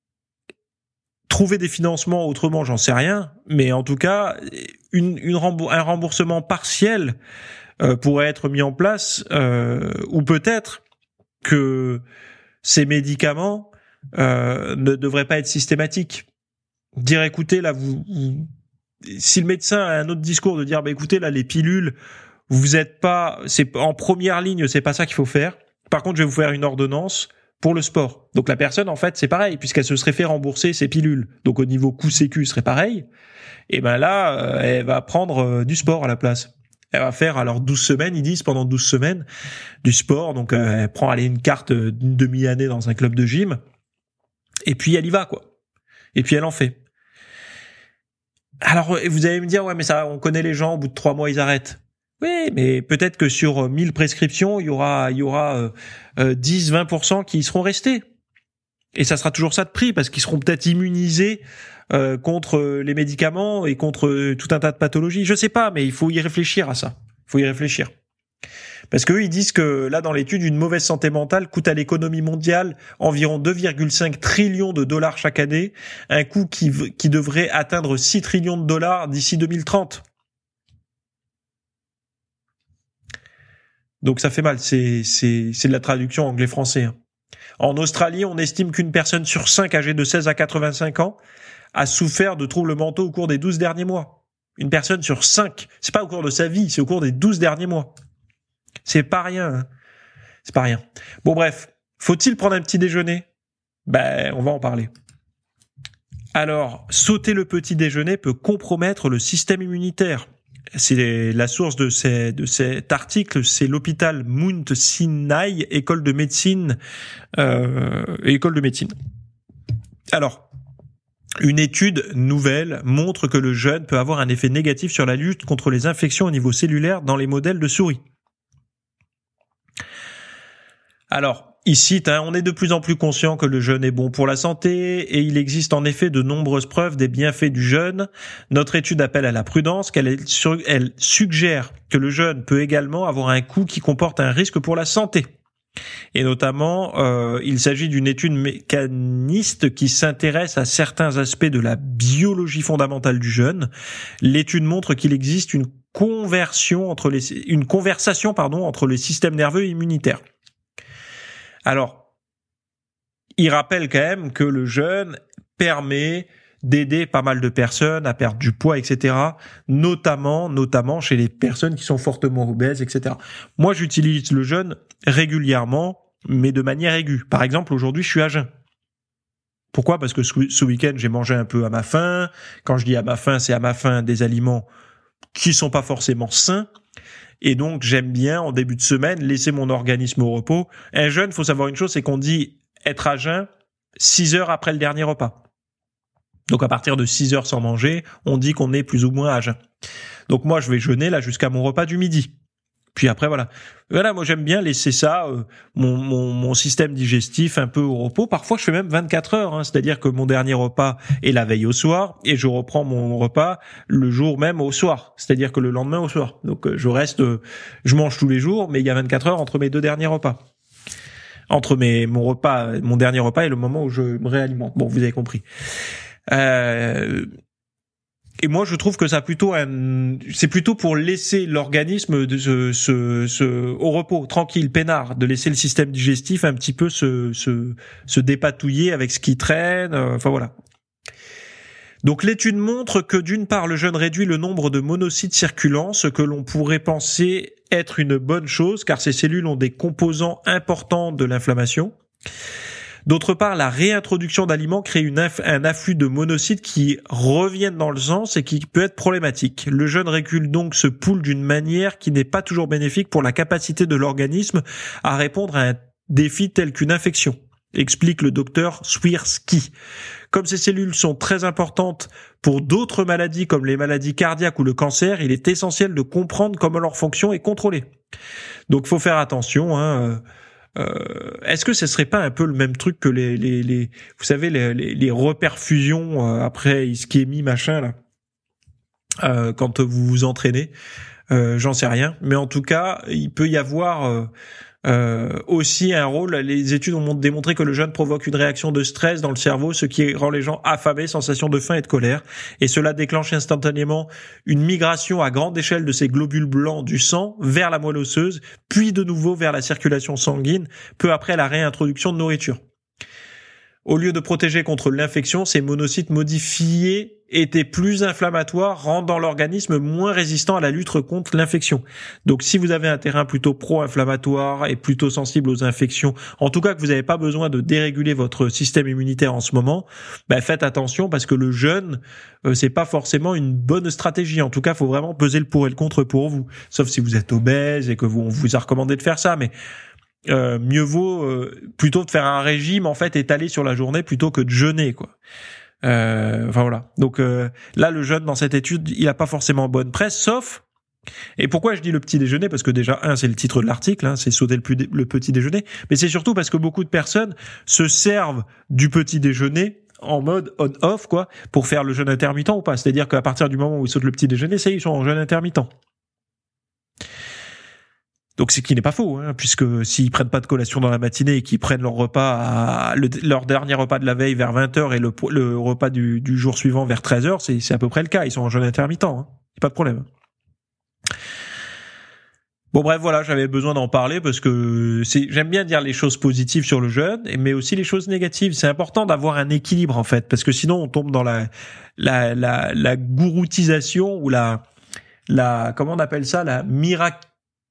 trouver des financements autrement, j'en sais rien, mais en tout cas une, une rembour- un remboursement partiel euh, pourrait être mis en place, euh, ou peut-être que ces médicaments Euh, ne devrait pas être systématique. Dire écoutez là vous, vous si le médecin a un autre discours de dire bah écoutez là les pilules vous êtes pas c'est en première ligne, c'est pas ça qu'il faut faire. Par contre, je vais vous faire une ordonnance pour le sport. Donc la personne en fait, c'est pareil puisqu'elle se serait fait rembourser ses pilules. Donc au niveau coût sécu serait pareil. Et ben là euh, elle va prendre euh, du sport à la place. Elle va faire alors douze semaines, ils disent pendant douze semaines du sport. Donc euh, elle prend aller une carte d'une demi-année dans un club de gym. Et puis elle y va, quoi. Et puis elle en fait. Alors vous allez me dire ouais mais ça on connaît les gens, au bout de trois mois ils arrêtent. Oui, mais peut-être que sur mille prescriptions, il y aura il y aura euh, euh, dix vingt pour cent qui seront restés. Et ça sera toujours ça de prix parce qu'ils seront peut-être immunisés euh, contre les médicaments et contre tout un tas de pathologies. Je sais pas, mais il faut y réfléchir à ça. Il faut y réfléchir. Parce qu'eux, ils disent que là, dans l'étude, une mauvaise santé mentale coûte à l'économie mondiale environ deux virgule cinq trillions de dollars chaque année, un coût qui, qui devrait atteindre six trillions de dollars d'ici deux mille trente. Donc ça fait mal, c'est, c'est, c'est de la traduction anglais-français. Hein. En Australie, on estime qu'une personne sur cinq âgée de seize à quatre-vingt-cinq ans a souffert de troubles mentaux au cours des douze derniers mois. Une personne sur cinq, c'est pas au cours de sa vie, c'est au cours des douze derniers mois. C'est pas rien, hein. C'est pas rien. Bon bref, faut-il prendre un petit déjeuner ? Ben, on va en parler. Alors, sauter le petit déjeuner peut compromettre le système immunitaire. C'est la source de, ces, de cet article, c'est l'hôpital Mount Sinai, école de médecine, euh, école de médecine. Alors, une étude nouvelle montre que le jeûne peut avoir un effet négatif sur la lutte contre les infections au niveau cellulaire dans les modèles de souris. Alors, il cite, hein, on est de plus en plus conscient que le jeûne est bon pour la santé et il existe en effet de nombreuses preuves des bienfaits du jeûne. Notre étude appelle à la prudence, qu'elle elle suggère que le jeûne peut également avoir un coût qui comporte un risque pour la santé. Et notamment, euh, il s'agit d'une étude mécaniste qui s'intéresse à certains aspects de la biologie fondamentale du jeûne. L'étude montre qu'il existe une conversion entre les, une conversation, pardon, entre les systèmes nerveux et immunitaires. Alors, il rappelle quand même que le jeûne permet d'aider pas mal de personnes à perdre du poids, et cetera. Notamment, notamment chez les personnes qui sont fortement obèses, et cetera. Moi, j'utilise le jeûne régulièrement, mais de manière aiguë. Par exemple, aujourd'hui, je suis à jeun. Pourquoi ? Parce que ce week-end, j'ai mangé un peu à ma faim. Quand je dis à ma faim, c'est à ma faim des aliments qui sont pas forcément sains. Et donc, j'aime bien, en début de semaine, laisser mon organisme au repos. Un jeûne, faut savoir une chose, c'est qu'on dit être à jeun six heures après le dernier repas. Donc, à partir de six heures sans manger, on dit qu'on est plus ou moins à jeun. Donc, moi, je vais jeûner là jusqu'à mon repas du midi. Puis après, voilà. Voilà, moi, j'aime bien laisser ça, euh, mon, mon, mon système digestif un peu au repos. Parfois, je fais même vingt-quatre heures, hein, c'est-à-dire que mon dernier repas est la veille au soir et je reprends mon repas le jour même au soir, c'est-à-dire que le lendemain au soir. Donc, euh, je reste, euh, je mange tous les jours, mais il y a vingt-quatre heures entre mes deux derniers repas. Entre mes, mon repas, mon dernier repas et le moment où je me réalimente. Bon, vous avez compris. Euh... Et moi, je trouve que ça plutôt un, c'est plutôt pour laisser l'organisme de se, se, se, au repos, tranquille, peinard, de laisser le système digestif un petit peu se, se, se dépatouiller avec ce qui traîne. Euh, enfin voilà. Donc l'étude montre que d'une part, le jeûne réduit le nombre de monocytes circulants, ce que l'on pourrait penser être une bonne chose, car ces cellules ont des composants importants de l'inflammation. D'autre part, la réintroduction d'aliments crée une inf- un afflux de monocytes qui reviennent dans le sang et qui peut être problématique. Le jeûne régule donc ce pool d'une manière qui n'est pas toujours bénéfique pour la capacité de l'organisme à répondre à un défi tel qu'une infection, explique le docteur Swirsky. Comme ces cellules sont très importantes pour d'autres maladies comme les maladies cardiaques ou le cancer, il est essentiel de comprendre comment leur fonction est contrôlée. Donc, faut faire attention, hein. Euh, est-ce que ce serait pas un peu le même truc que les, les, les vous savez, les, les, les reperfusions euh, après ischémie machin là, euh, quand vous vous entraînez, euh, j'en sais rien, mais en tout cas, il peut y avoir euh, euh, aussi un rôle. Les études ont démontré que le jeûne provoque une réaction de stress dans le cerveau, ce qui rend les gens affamés, sensation de faim et de colère, et cela déclenche instantanément une migration à grande échelle de ces globules blancs du sang vers la moelle osseuse, puis de nouveau vers la circulation sanguine, peu après la réintroduction de nourriture. Au lieu de protéger contre l'infection, ces monocytes modifiés étaient plus inflammatoires, rendant l'organisme moins résistant à la lutte contre l'infection. Donc si vous avez un terrain plutôt pro-inflammatoire et plutôt sensible aux infections, en tout cas que vous n'avez pas besoin de déréguler votre système immunitaire en ce moment, ben faites attention parce que le jeûne, euh, c'est pas forcément une bonne stratégie. En tout cas, il faut vraiment peser le pour et le contre pour vous. Sauf si vous êtes obèse et que vous, on vous a recommandé de faire ça, mais Euh, mieux vaut euh, plutôt de faire un régime en fait étalé sur la journée plutôt que de jeûner quoi. Euh, enfin voilà. Donc euh, là le jeûne dans cette étude il a pas forcément bonne presse, sauf, et pourquoi je dis le petit déjeuner, parce que déjà un c'est le titre de l'article, hein, c'est sauter le, plus, le petit déjeuner, mais c'est surtout parce que beaucoup de personnes se servent du petit déjeuner en mode on-off quoi pour faire le jeûne intermittent ou pas. C'est-à-dire qu'à partir du moment où ils sautent le petit déjeuner, ça y est, ils sont en jeûne intermittent. Donc c'est qui n'est pas faux, hein, puisque s'ils prennent pas de collation dans la matinée et qu'ils prennent leur repas, à, le, leur dernier repas de la veille vers vingt heures et le, le repas du, du jour suivant vers treize heures, c'est, c'est à peu près le cas. Ils sont en jeûne intermittent, hein, pas de problème. Bon bref, voilà, j'avais besoin d'en parler parce que c'est, j'aime bien dire les choses positives sur le jeûne, mais aussi les choses négatives. C'est important d'avoir un équilibre en fait, parce que sinon on tombe dans la la la, la gouroutisation ou la la comment on appelle ça, la miracle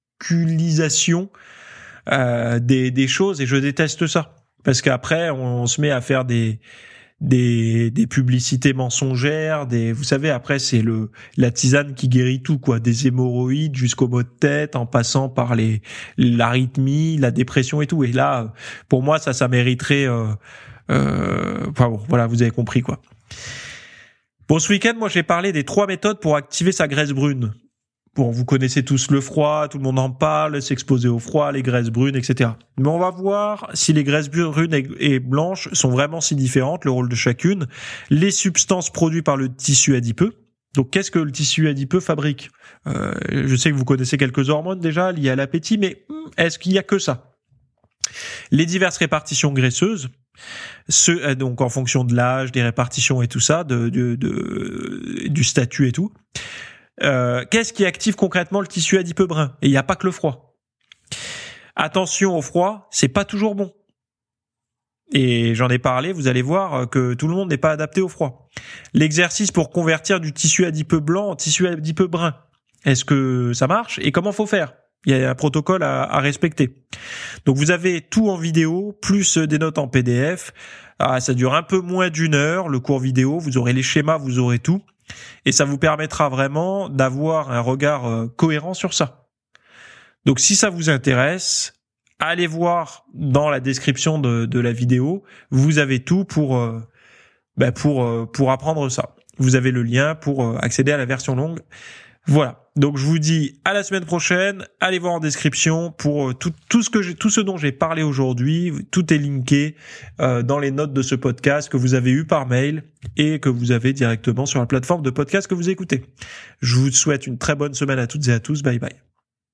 Euh, des, des choses, et je déteste ça parce qu'après on, on se met à faire des des des publicités mensongères, des vous savez après c'est le la tisane qui guérit tout quoi, des hémorroïdes jusqu'au maux de tête en passant par les l'arythmie, la dépression et tout, et là pour moi ça ça mériterait euh, euh, enfin bon voilà, vous avez compris quoi. Bon, ce week-end moi j'ai parlé des trois méthodes pour activer sa graisse brune. Bon, vous connaissez tous le froid, tout le monde en parle, s'exposer au froid, les graisses brunes, et cetera. Mais on va voir si les graisses brunes et blanches sont vraiment si différentes, le rôle de chacune, les substances produites par le tissu adipeux. Donc, qu'est-ce que le tissu adipeux fabrique ? euh, Je sais que vous connaissez quelques hormones déjà liées à l'appétit, mais est-ce qu'il y a que ça ? Les diverses répartitions graisseuses, ce, donc en fonction de l'âge, des répartitions et tout ça, de, de, de, du statut et tout. Euh, qu'est-ce qui active concrètement le tissu adipeux brun ? Et il n'y a pas que le froid. Attention au froid, c'est pas toujours bon. Et j'en ai parlé, vous allez voir que tout le monde n'est pas adapté au froid. L'exercice pour convertir du tissu adipeux blanc en tissu adipeux brun. Est-ce que ça marche ? Et comment faut faire ? Il y a un protocole à, à respecter. Donc vous avez tout en vidéo, plus des notes en P D F. Ah, ça dure un peu moins d'une heure, le cours vidéo. Vous aurez les schémas, vous aurez tout. Et ça vous permettra vraiment d'avoir un regard euh, cohérent sur ça. Donc si ça vous intéresse, allez voir dans la description de, de la vidéo. Vous avez tout pour, euh, bah pour, euh, pour apprendre ça. Vous avez le lien pour euh, accéder à la version longue. Voilà. Donc je vous dis à la semaine prochaine. Allez voir en description pour tout, tout ce que j'ai, tout ce dont j'ai parlé aujourd'hui. Tout est linké euh, dans les notes de ce podcast que vous avez eu par mail et que vous avez directement sur la plateforme de podcast que vous écoutez. Je vous souhaite une très bonne semaine à toutes et à tous. Bye bye.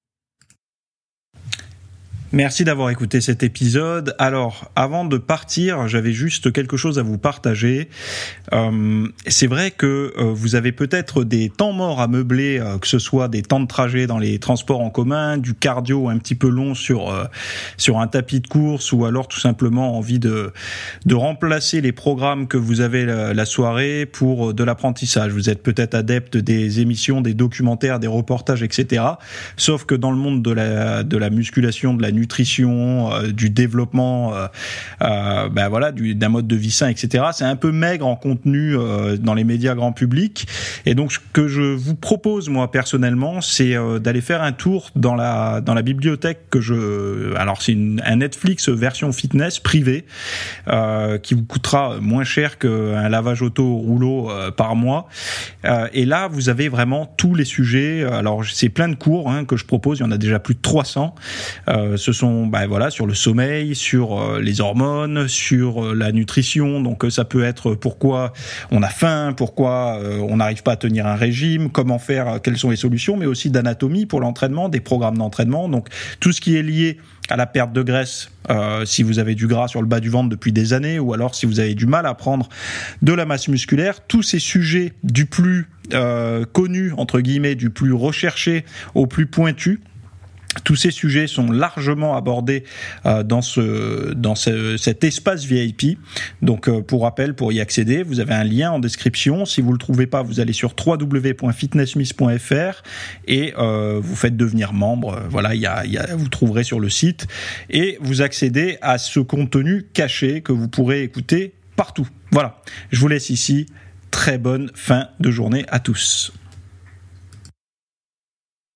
Merci d'avoir écouté cet épisode. Alors, avant de partir, j'avais juste quelque chose à vous partager. Euh, c'est vrai que euh, vous avez peut-être des temps morts à meubler, euh, que ce soit des temps de trajet dans les transports en commun, du cardio un petit peu long sur euh, sur un tapis de course, ou alors tout simplement envie de de remplacer les programmes que vous avez la, la soirée pour de l'apprentissage. Vous êtes peut-être adepte des émissions, des documentaires, des reportages, et cetera. Sauf que dans le monde de la de la musculation, de la nutrition, euh, du développement, euh, euh, ben voilà, du, d'un mode de vie sain, et cetera. C'est un peu maigre en contenu euh, dans les médias grand public. Et donc, ce que je vous propose, moi, personnellement, c'est euh, d'aller faire un tour dans la, dans la bibliothèque que je... Alors, c'est une, un Netflix version fitness privée euh, qui vous coûtera moins cher qu'un lavage auto au rouleau euh, par mois. Euh, et là, vous avez vraiment tous les sujets. Alors, c'est plein de cours hein, que je propose. Il y en a déjà plus de trois cents. Euh, ce sont, ben voilà, sur le sommeil, sur euh, les hormones, sur euh, la nutrition. Donc, euh, ça peut être pourquoi on a faim, pourquoi euh, on n'arrive pas à tenir un régime, comment faire, euh, quelles sont les solutions, mais aussi d'anatomie pour l'entraînement, des programmes d'entraînement. Donc, tout ce qui est lié à la perte de graisse, euh, si vous avez du gras sur le bas du ventre depuis des années, ou alors si vous avez du mal à prendre de la masse musculaire, tous ces sujets du plus euh, connu, entre guillemets, du plus recherché au plus pointu, tous ces sujets sont largement abordés euh, dans ce dans ce, cet espace V I P. Donc, euh, pour rappel, pour y accéder, vous avez un lien en description. Si vous le trouvez pas, vous allez sur w w w point fitness miss point f r et euh, vous faites devenir membre. Voilà, il y a, il y a, vous trouverez sur le site et vous accédez à ce contenu caché que vous pourrez écouter partout. Voilà, je vous laisse ici. Très bonne fin de journée à tous.